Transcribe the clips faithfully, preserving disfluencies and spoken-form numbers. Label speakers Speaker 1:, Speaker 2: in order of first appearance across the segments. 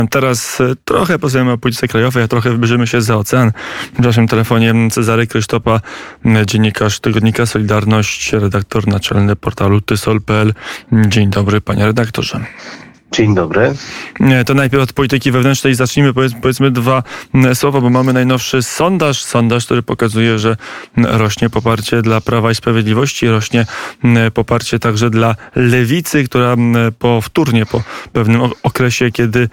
Speaker 1: Teraz trochę pozwiemy o polityce krajowej, a trochę wybierzemy się za ocean. W naszym telefonie Cezary Krysztopa, dziennikarz tygodnika Solidarność, redaktor naczelny portalu tysol kropka pe el. Dzień dobry, panie redaktorze.
Speaker 2: Dzień dobry.
Speaker 1: To najpierw od polityki wewnętrznej zacznijmy. Powiedz, powiedzmy dwa słowa, bo mamy najnowszy sondaż, sondaż, który pokazuje, że rośnie poparcie dla Prawa i Sprawiedliwości, rośnie poparcie także dla Lewicy, która powtórnie po pewnym okresie, kiedy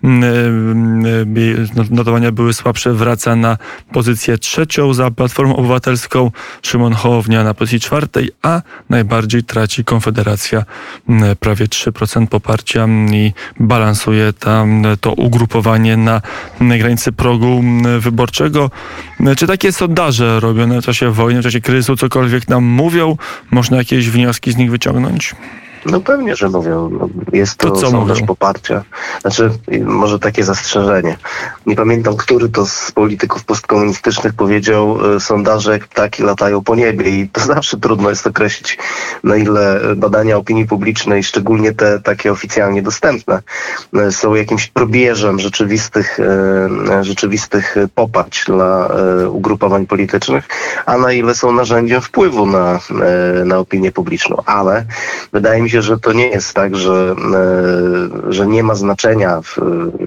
Speaker 1: notowania były słabsze, wraca na pozycję trzecią za Platformą Obywatelską, Szymon Hołownia na pozycji czwartej, a najbardziej traci Konfederacja, prawie trzy procent poparcia, i balansuje tam to ugrupowanie na granicy progu wyborczego. Czy takie sondaże robione w czasie wojny, w czasie kryzysu cokolwiek nam mówią? Można jakieś wnioski z nich wyciągnąć?
Speaker 2: No pewnie, że mówią. No, jest to,
Speaker 1: to co
Speaker 2: sondaż
Speaker 1: mówią?
Speaker 2: Poparcia. Znaczy, może takie zastrzeżenie. Nie pamiętam, który to z polityków postkomunistycznych powiedział, sondaże jak ptaki latają po niebie i to zawsze trudno jest określić, na ile badania opinii publicznej, szczególnie te takie oficjalnie dostępne, są jakimś probierzem rzeczywistych, rzeczywistych poparć dla ugrupowań politycznych, a na ile są narzędziem wpływu na, na opinię publiczną. Ale wydaje mi się, że to nie jest tak, że, że nie ma znaczenia w,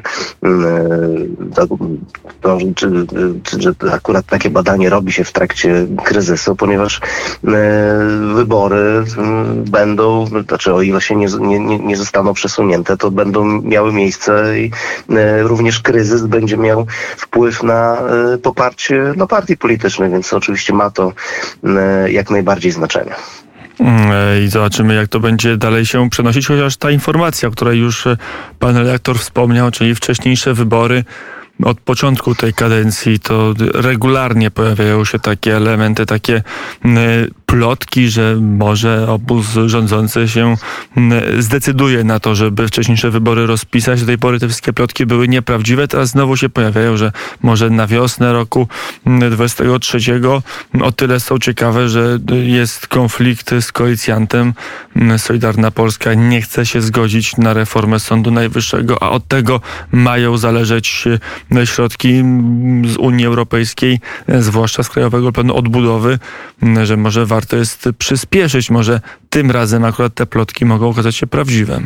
Speaker 2: to, czy, czy, że akurat takie badanie robi się w trakcie kryzysu, ponieważ wybory będą, znaczy o ile się nie, nie, nie zostaną przesunięte, to będą miały miejsce i również kryzys będzie miał wpływ na poparcie dla partii politycznych, więc oczywiście ma to jak najbardziej znaczenie.
Speaker 1: I zobaczymy, jak to będzie dalej się przenosić, chociaż ta informacja, o której już pan redaktor wspomniał, czyli wcześniejsze wybory, od początku tej kadencji to regularnie pojawiają się takie elementy, takie plotki, że może obóz rządzący się zdecyduje na to, żeby wcześniejsze wybory rozpisać. Do tej pory te wszystkie plotki były nieprawdziwe. Teraz znowu się pojawiają, że może na wiosnę roku dwudziestego trzeciego. O tyle są ciekawe, że jest konflikt z koalicjantem. Solidarna Polska nie chce się zgodzić na reformę Sądu Najwyższego, a od tego mają zależeć środki z Unii Europejskiej, zwłaszcza z Krajowego Planu Odbudowy, że może warto jest przyspieszyć, może tym razem akurat te plotki mogą okazać się prawdziwe.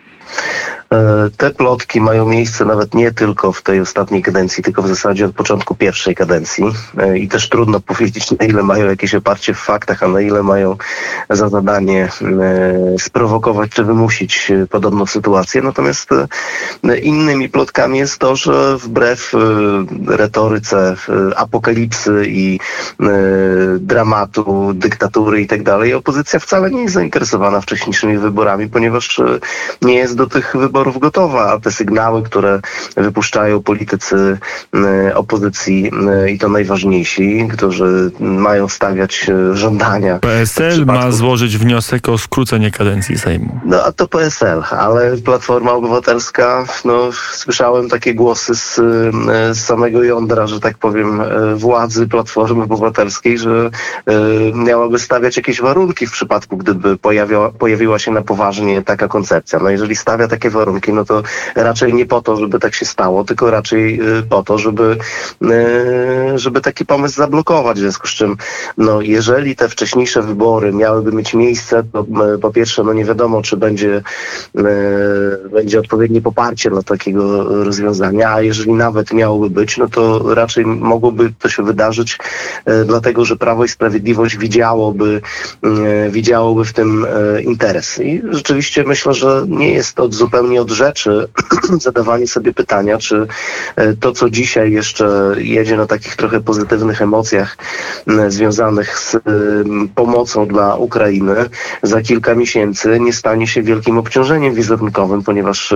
Speaker 2: Te plotki mają miejsce nawet nie tylko w tej ostatniej kadencji, tylko w zasadzie od początku pierwszej kadencji i też trudno powiedzieć, na ile mają jakieś oparcie w faktach, a na ile mają za zadanie sprowokować czy wymusić podobną sytuację. Natomiast innymi plotkami jest to, że wbrew retoryce apokalipsy i dramatu, dyktatury i tak dalej, opozycja wcale nie jest zainteresowana wcześniejszymi wyborami, ponieważ nie jest do tych wyborów gotowa, a te sygnały, które wypuszczają politycy opozycji i to najważniejsi, którzy mają stawiać żądania.
Speaker 1: P S L przypadku... ma złożyć wniosek o skrócenie kadencji Sejmu.
Speaker 2: No a to P S L, ale Platforma Obywatelska, no słyszałem takie głosy z, z samego jądra, że tak powiem, władzy Platformy Obywatelskiej, że y, miałaby stawiać jakieś warunki w przypadku, gdyby pojawiła, pojawiła się na poważnie taka koncepcja. No jeżeli stawia takie warunki, no to raczej nie po to, żeby tak się stało, tylko raczej po to, żeby, żeby taki pomysł zablokować. W związku z czym, no, jeżeli te wcześniejsze wybory miałyby mieć miejsce, to po pierwsze, no nie wiadomo, czy będzie, będzie odpowiednie poparcie dla takiego rozwiązania, a jeżeli nawet miałoby być, no to raczej mogłoby to się wydarzyć dlatego, że Prawo i Sprawiedliwość widziałoby, widziałoby w tym interes. I rzeczywiście myślę, że nie jest to zupełnie od rzeczy zadawanie sobie pytania, czy to, co dzisiaj jeszcze jedzie na takich trochę pozytywnych emocjach związanych z pomocą dla Ukrainy, za kilka miesięcy nie stanie się wielkim obciążeniem wizerunkowym, ponieważ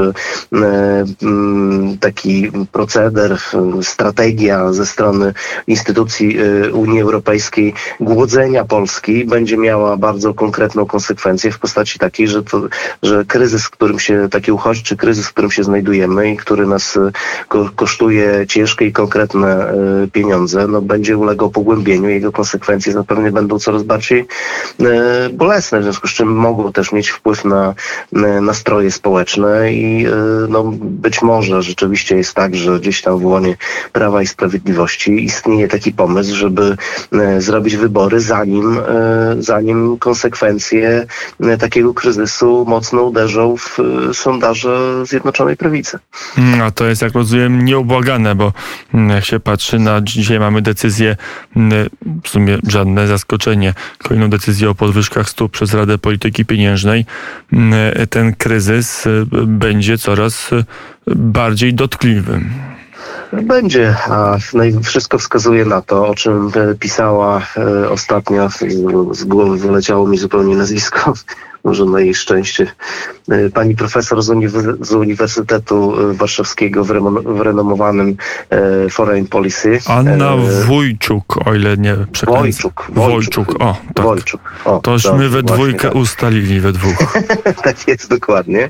Speaker 2: taki proceder, strategia ze strony instytucji Unii Europejskiej głodzenia Polski będzie miała bardzo konkretną konsekwencję w postaci takiej, że, to, że kryzys, w którym się taki uchodźcy uchodźczy kryzys, w którym się znajdujemy i który nas ko- kosztuje ciężkie i konkretne y, pieniądze, no będzie ulegał pogłębieniu. Jego konsekwencje zapewne będą coraz bardziej y, bolesne, w związku z czym mogą też mieć wpływ na y, nastroje społeczne i y, no, być może rzeczywiście jest tak, że gdzieś tam w łonie Prawa i Sprawiedliwości istnieje taki pomysł, żeby y, zrobić wybory zanim, y, zanim konsekwencje y, takiego kryzysu mocno uderzą w y, sondaże Zjednoczonej Prawicy.
Speaker 1: A to jest, jak rozumiem, nieubłagane, bo jak się patrzy na dzisiaj mamy decyzję, w sumie żadne zaskoczenie, kolejną decyzję o podwyżkach stóp przez Radę Polityki Pieniężnej. Ten kryzys będzie coraz bardziej dotkliwy.
Speaker 2: Będzie, a wszystko wskazuje na to, o czym pisała e, ostatnio, z głowy wyleciało mi zupełnie nazwisko, może na jej szczęście, e, pani profesor z, uniwer- z Uniwersytetu Warszawskiego w, remo- w renomowanym e, Foreign Policy.
Speaker 1: Anna
Speaker 2: E,
Speaker 1: Wójcik, o ile nie przekręcę.
Speaker 2: Wojczuk.
Speaker 1: Wojczuk, o, tak.
Speaker 2: Wojczuk. O,
Speaker 1: Tośmy
Speaker 2: dobrze,
Speaker 1: we
Speaker 2: właśnie
Speaker 1: dwójkę
Speaker 2: tak.
Speaker 1: ustalili, we dwóch.
Speaker 2: Tak jest, dokładnie.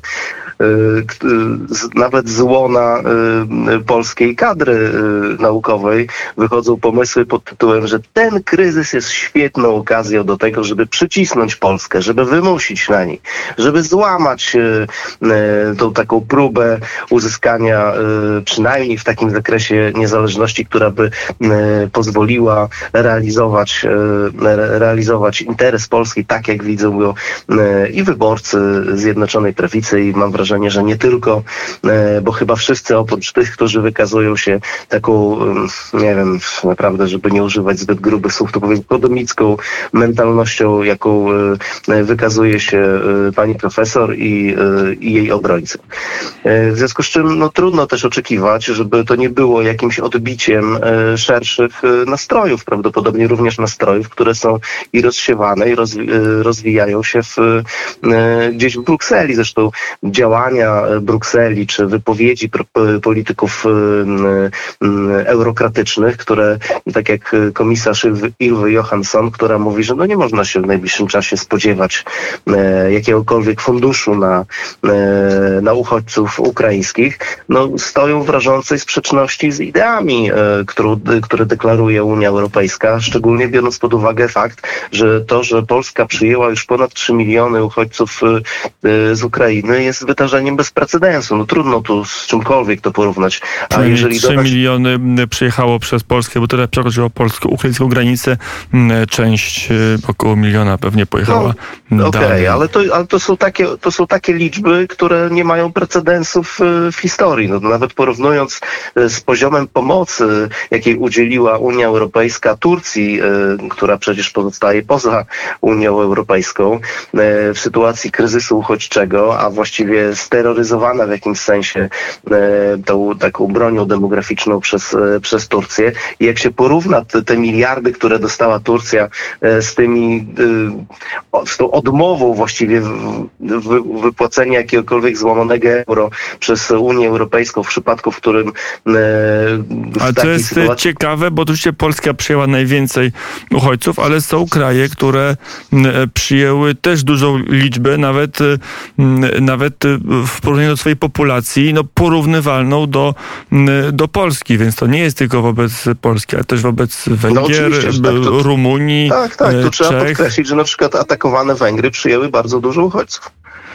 Speaker 2: Nawet z łona polskiej kadry naukowej wychodzą pomysły pod tytułem, że ten kryzys jest świetną okazją do tego, żeby przycisnąć Polskę, żeby wymusić na niej, żeby złamać tą taką próbę uzyskania przynajmniej w takim zakresie niezależności, która by pozwoliła realizować, realizować interes Polski tak, jak widzą go i wyborcy Zjednoczonej Prawicy i mam wrażenie, że nie tylko, bo chyba wszyscy oprócz tych, którzy wykazują się taką, nie wiem, naprawdę, żeby nie używać zbyt grubych słów, to powiem podomicką mentalnością, jaką wykazuje się pani profesor i, i jej obrońcy. W związku z czym no, trudno też oczekiwać, żeby to nie było jakimś odbiciem szerszych nastrojów, prawdopodobnie również nastrojów, które są i rozsiewane i rozwi- rozwijają się w, gdzieś w Brukseli. Zresztą działania Brukseli czy wypowiedzi polityków eurokratycznych, które, tak jak komisarz Ylva Johansson, która mówi, że no nie można się w najbliższym czasie spodziewać jakiegokolwiek funduszu na, na uchodźców ukraińskich, no stoją w rażącej sprzeczności z ideami, które, które deklaruje Unia Europejska, szczególnie biorąc pod uwagę fakt, że to, że Polska przyjęła już ponad trzy miliony uchodźców z Ukrainy, jest wydarzeniem bez precedensu. No trudno tu z czymkolwiek to porównać. A
Speaker 1: Czyli
Speaker 2: jeżeli
Speaker 1: trzy
Speaker 2: dodać...
Speaker 1: miliony przyjechało przez Polskę, bo tyle przekroczyło polsko-ukraińską granicę. Część około miliona pewnie pojechała
Speaker 2: no, Okej,
Speaker 1: dalej.
Speaker 2: ale, to, ale to, są takie, to są takie liczby, które nie mają precedensów w historii. No, nawet porównując z poziomem pomocy, jakiej udzieliła Unia Europejska Turcji, która przecież pozostaje poza Unią Europejską, w sytuacji kryzysu uchodźczego, a właściwie steroryzowana w jakimś sensie tą taką bronią demograficzną przez, przez Turcję. I jak się porówna te, te miliardy, które dostała Turcja z tymi, z tą odmową właściwie wy, wypłacenia jakiegokolwiek złamanego euro przez Unię Europejską w przypadku, w którym w
Speaker 1: ale to jest
Speaker 2: sytuacji...
Speaker 1: ciekawe, bo oczywiście Polska przyjęła najwięcej uchodźców, ale są kraje, które przyjęły też dużą liczbę, nawet, nawet w porównaniu do swojej populacji, no porównywalną do, do Polski, więc to nie jest tylko wobec Polski, ale też wobec Węgier,
Speaker 2: no tak, to,
Speaker 1: Rumunii,
Speaker 2: Tak, tak, tu
Speaker 1: Czech.
Speaker 2: trzeba podkreślić, że na przykład atakowane Węgry przyjęły bardzo dużo uchodźców.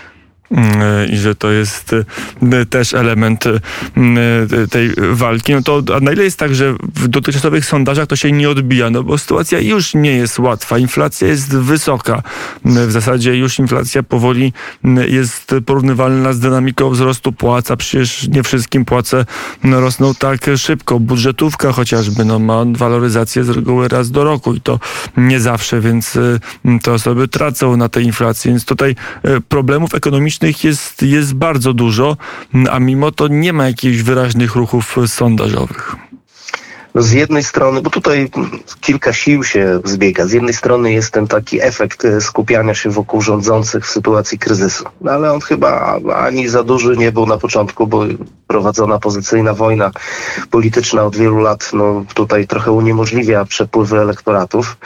Speaker 1: I że to jest też element tej walki. No to a na ile jest tak, że w dotychczasowych sondażach to się nie odbija, no bo sytuacja już nie jest łatwa. Inflacja jest wysoka. W zasadzie już inflacja powoli jest porównywalna z dynamiką wzrostu płac, a przecież nie wszystkim płace rosną tak szybko. Budżetówka chociażby no, ma waloryzację z reguły raz do roku i to nie zawsze, więc te osoby tracą na tej inflacji. Więc tutaj problemów ekonomicznych Jest, jest bardzo dużo, a mimo to nie ma jakichś wyraźnych ruchów sondażowych.
Speaker 2: No z jednej strony, bo tutaj kilka sił się zbiega. Z jednej strony jest ten taki efekt skupiania się wokół rządzących w sytuacji kryzysu. No ale on chyba ani za duży nie był na początku, bo prowadzona pozycyjna wojna polityczna od wielu lat no, tutaj trochę uniemożliwia przepływy elektoratów.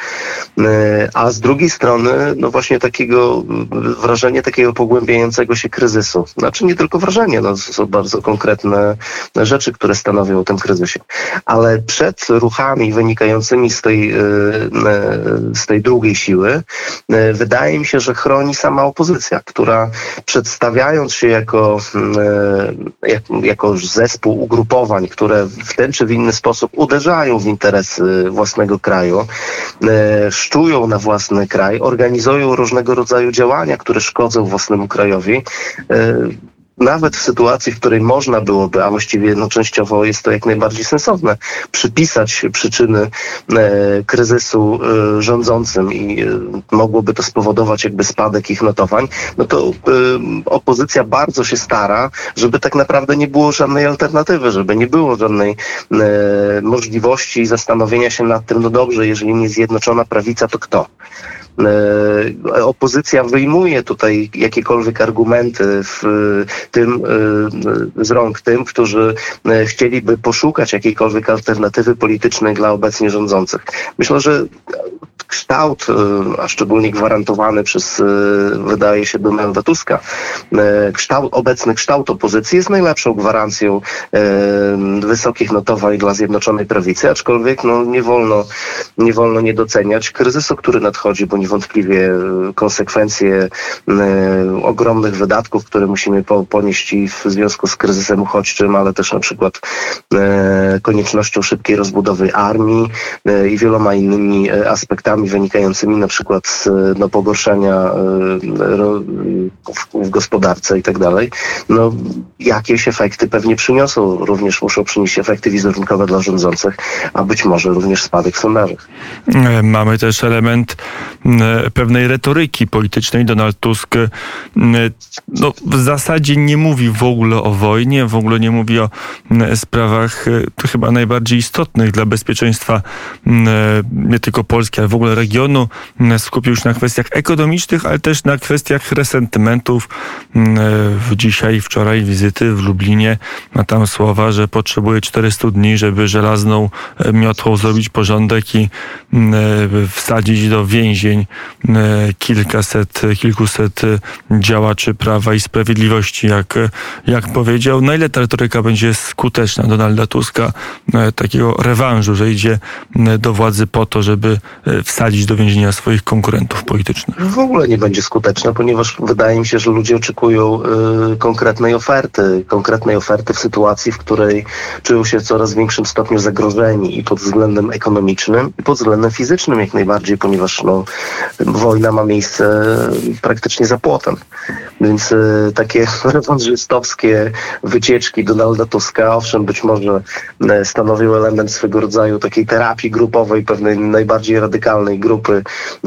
Speaker 2: A z drugiej strony, no właśnie takiego wrażenie takiego pogłębiającego się kryzysu. Znaczy nie tylko wrażenie, no, są bardzo konkretne rzeczy, które stanowią o tym kryzysie. Ale przed ruchami wynikającymi z tej, z tej drugiej siły, wydaje mi się, że chroni sama opozycja, która przedstawiając się jako, jako zespół ugrupowań, które w ten czy w inny sposób uderzają w interesy własnego kraju, szczują na własny kraj, organizują różnego rodzaju działania, które szkodzą własnemu krajowi, nawet w sytuacji, w której można byłoby, a właściwie no, częściowo jest to jak najbardziej sensowne, przypisać przyczyny e, kryzysu e, rządzącym i e, mogłoby to spowodować jakby spadek ich notowań, no to e, opozycja bardzo się stara, żeby tak naprawdę nie było żadnej alternatywy, żeby nie było żadnej e, możliwości zastanowienia się nad tym, no dobrze, jeżeli nie Zjednoczona Prawica, to kto? Opozycja wyjmuje tutaj jakiekolwiek argumenty w tym, z rąk tym, którzy chcieliby poszukać jakiejkolwiek alternatywy politycznej dla obecnie rządzących. Myślę, że kształt, a szczególnie gwarantowany przez, wydaje się, Donalda Tuska, kształt, obecny kształt opozycji jest najlepszą gwarancją wysokich notowań dla Zjednoczonej Prawicy, aczkolwiek no, nie wolno, nie wolno nie doceniać kryzysu, który nadchodzi, bo niewątpliwie konsekwencje ogromnych wydatków, które musimy po, ponieść i w związku z kryzysem uchodźczym, ale też na przykład koniecznością szybkiej rozbudowy armii i wieloma innymi aspektami wynikającymi na przykład z no, pogorszenia w, w gospodarce i tak dalej, no jakieś efekty pewnie przyniosą. Również muszą przynieść efekty wizerunkowe dla rządzących, a być może również spadek w sondażach.
Speaker 1: Mamy też element pewnej retoryki politycznej. Donald Tusk no, w zasadzie nie mówi w ogóle o wojnie, w ogóle nie mówi o sprawach chyba najbardziej istotnych dla bezpieczeństwa nie tylko Polski, ale w ogóle regionu. Skupił się na kwestiach ekonomicznych, ale też na kwestiach resentymentów. Dzisiaj, wczoraj wizyty w Lublinie, ma tam słowa, że potrzebuje czterystu dni, żeby żelazną miotłą zrobić porządek i wsadzić do więzień kilkaset, kilkuset działaczy Prawa i Sprawiedliwości, jak, jak powiedział. Na ile ta retoryka będzie skuteczna Donalda Tuska, takiego rewanżu, że idzie do władzy po to, żeby wsadzić do więzienia swoich konkurentów politycznych?
Speaker 2: W ogóle nie będzie skuteczna, ponieważ wydaje mi się, że ludzie oczekują y, konkretnej oferty, konkretnej oferty w sytuacji, w której czują się w coraz większym stopniu zagrożeni i pod względem ekonomicznym, i pod względem fizycznym jak najbardziej, ponieważ no, wojna ma miejsce praktycznie za płotem. Więc y, takie rewanżystowskie wycieczki Donalda Tuska, owszem, być może y, stanowił element swego rodzaju takiej terapii grupowej, pewnej najbardziej radykalnej grupy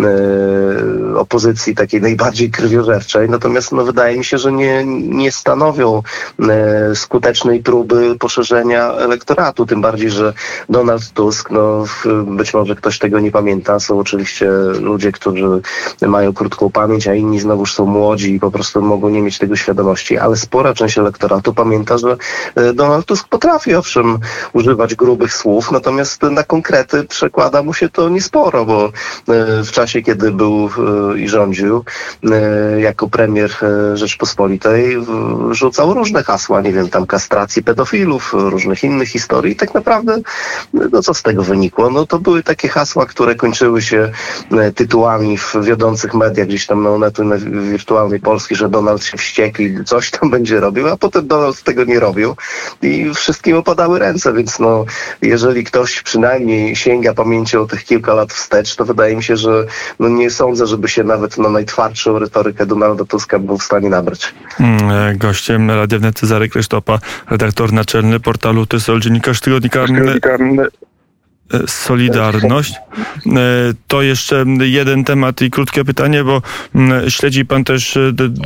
Speaker 2: y, opozycji, takiej najbardziej krwiożerczej. Natomiast no, wydaje mi się, że nie, nie stanowią y, skutecznej próby poszerzenia elektoratu. Tym bardziej, że Donald Tusk, no, być może ktoś tego nie pamięta, są oczywiście ludzie, którzy mają krótką pamięć, a inni znowuż są młodzi i po prostu mogą nie mieć tego świadomości, ale spora część elektoratu pamięta, że Donald Tusk potrafi owszem używać grubych słów, natomiast na konkrety przekłada mu się to niesporo, bo w czasie, kiedy był i rządził jako premier Rzeczpospolitej, rzucał różne hasła, nie wiem, tam kastracji pedofilów, różnych innych historii i tak naprawdę, no co z tego wynikło? No to były takie hasła, które kończyły się tytułami w wiodących mediach, gdzieś tam na Onetu Wirtualnej Polski, że Donald się wściekł i coś tam będzie robił, a potem Donald tego nie robił i wszystkim opadały ręce, więc no, jeżeli ktoś przynajmniej sięga pamięcią tych kilka lat wstecz, to wydaje mi się, że no nie sądzę, żeby się nawet na najtwardszą retorykę Donalda Tuska był w stanie nabrać.
Speaker 1: Gościem Radia Wnet Cezary Krysztopa, redaktor naczelny portalu Tysol, dziennikarz tygodnika Solidarność. To jeszcze jeden temat i krótkie pytanie, bo śledzi pan też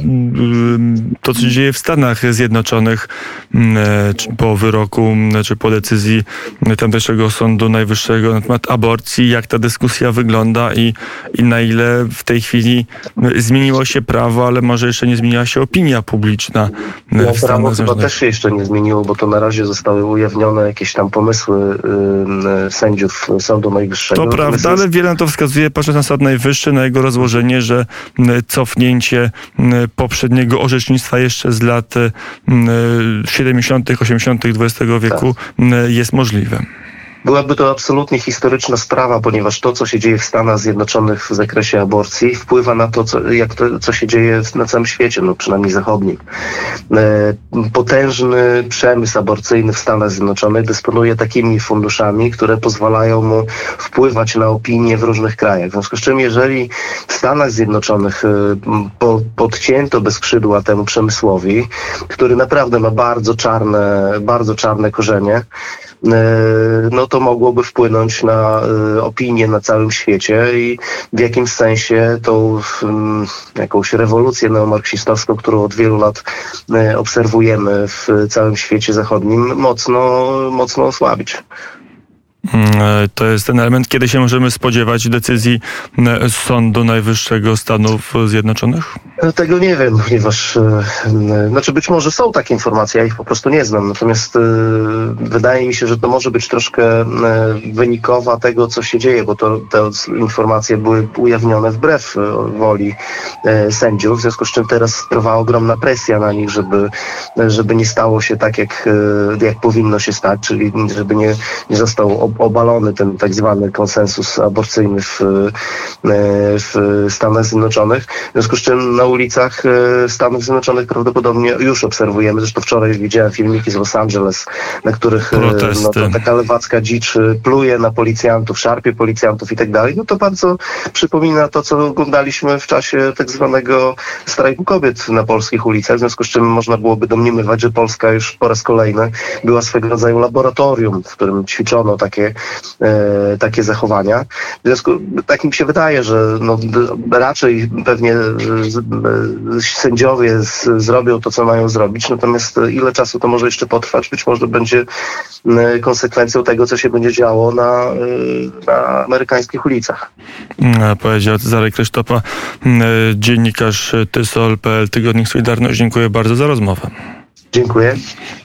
Speaker 1: to, co się dzieje w Stanach Zjednoczonych po wyroku, czy po decyzji tamtejszego Sądu Najwyższego na temat aborcji. Jak ta dyskusja wygląda i, i na ile w tej chwili zmieniło się prawo, ale może jeszcze nie zmieniła się opinia publiczna
Speaker 2: No,
Speaker 1: w
Speaker 2: prawo
Speaker 1: Stanach
Speaker 2: chyba
Speaker 1: Zjednoczonych.
Speaker 2: też się jeszcze nie zmieniło, bo to na razie zostały ujawnione jakieś tam pomysły y, y, sędziów Sądu Najwyższego.
Speaker 1: To prawda, ale wiele na to wskazuje, patrząc na Sąd Najwyższy, na jego rozłożenie, że cofnięcie poprzedniego orzecznictwa jeszcze z lat siedemdziesiątych, osiemdziesiątych dwudziestego wieku jest możliwe.
Speaker 2: Byłaby to absolutnie historyczna sprawa, ponieważ to, co się dzieje w Stanach Zjednoczonych w zakresie aborcji, wpływa na to, co, jak to, co się dzieje na całym świecie, no przynajmniej zachodnim. E, potężny przemysł aborcyjny w Stanach Zjednoczonych dysponuje takimi funduszami, które pozwalają mu wpływać na opinię w różnych krajach. W związku z czym, jeżeli w Stanach Zjednoczonych e, po, podcięto bez skrzydła temu przemysłowi, który naprawdę ma bardzo czarne, bardzo czarne korzenie, no to mogłoby wpłynąć na opinię na całym świecie i w jakimś sensie tą jakąś rewolucję neomarksistowską, którą od wielu lat obserwujemy w całym świecie zachodnim, mocno, mocno osłabić.
Speaker 1: To jest ten element, kiedy się możemy spodziewać decyzji Sądu Najwyższego Stanów Zjednoczonych?
Speaker 2: Tego nie wiem, ponieważ e, znaczy być może są takie informacje, ja ich po prostu nie znam, natomiast e, wydaje mi się, że to może być troszkę e, wynikowa tego, co się dzieje, bo to, te informacje były ujawnione wbrew e, woli e, sędziów, w związku z czym teraz trwa ogromna presja na nich, żeby, żeby nie stało się tak, jak, e, jak powinno się stać, czyli żeby nie, nie został ob, obalony ten tak zwany konsensus aborcyjny w, e, w Stanach Zjednoczonych, w związku z czym na ulicach Stanów Zjednoczonych prawdopodobnie już obserwujemy. Zresztą wczoraj widziałem filmiki z Los Angeles, na których no, to taka lewacka dzicz pluje na policjantów, szarpie policjantów i tak dalej. No to bardzo przypomina to, co oglądaliśmy w czasie tak zwanego strajku kobiet na polskich ulicach, w związku z czym można byłoby domniemywać, że Polska już po raz kolejny była swego rodzaju laboratorium, w którym ćwiczono takie, e, takie zachowania. W związku, tak mi się wydaje, że no, raczej pewnie sędziowie z, zrobią to, co mają zrobić, natomiast ile czasu to może jeszcze potrwać, być może będzie konsekwencją tego, co się będzie działo na, na amerykańskich ulicach.
Speaker 1: Powiedział Cezary Krysztopa, dziennikarz Tysol kropka pe el, tygodnik Solidarność. Dziękuję bardzo za rozmowę.
Speaker 2: Dziękuję.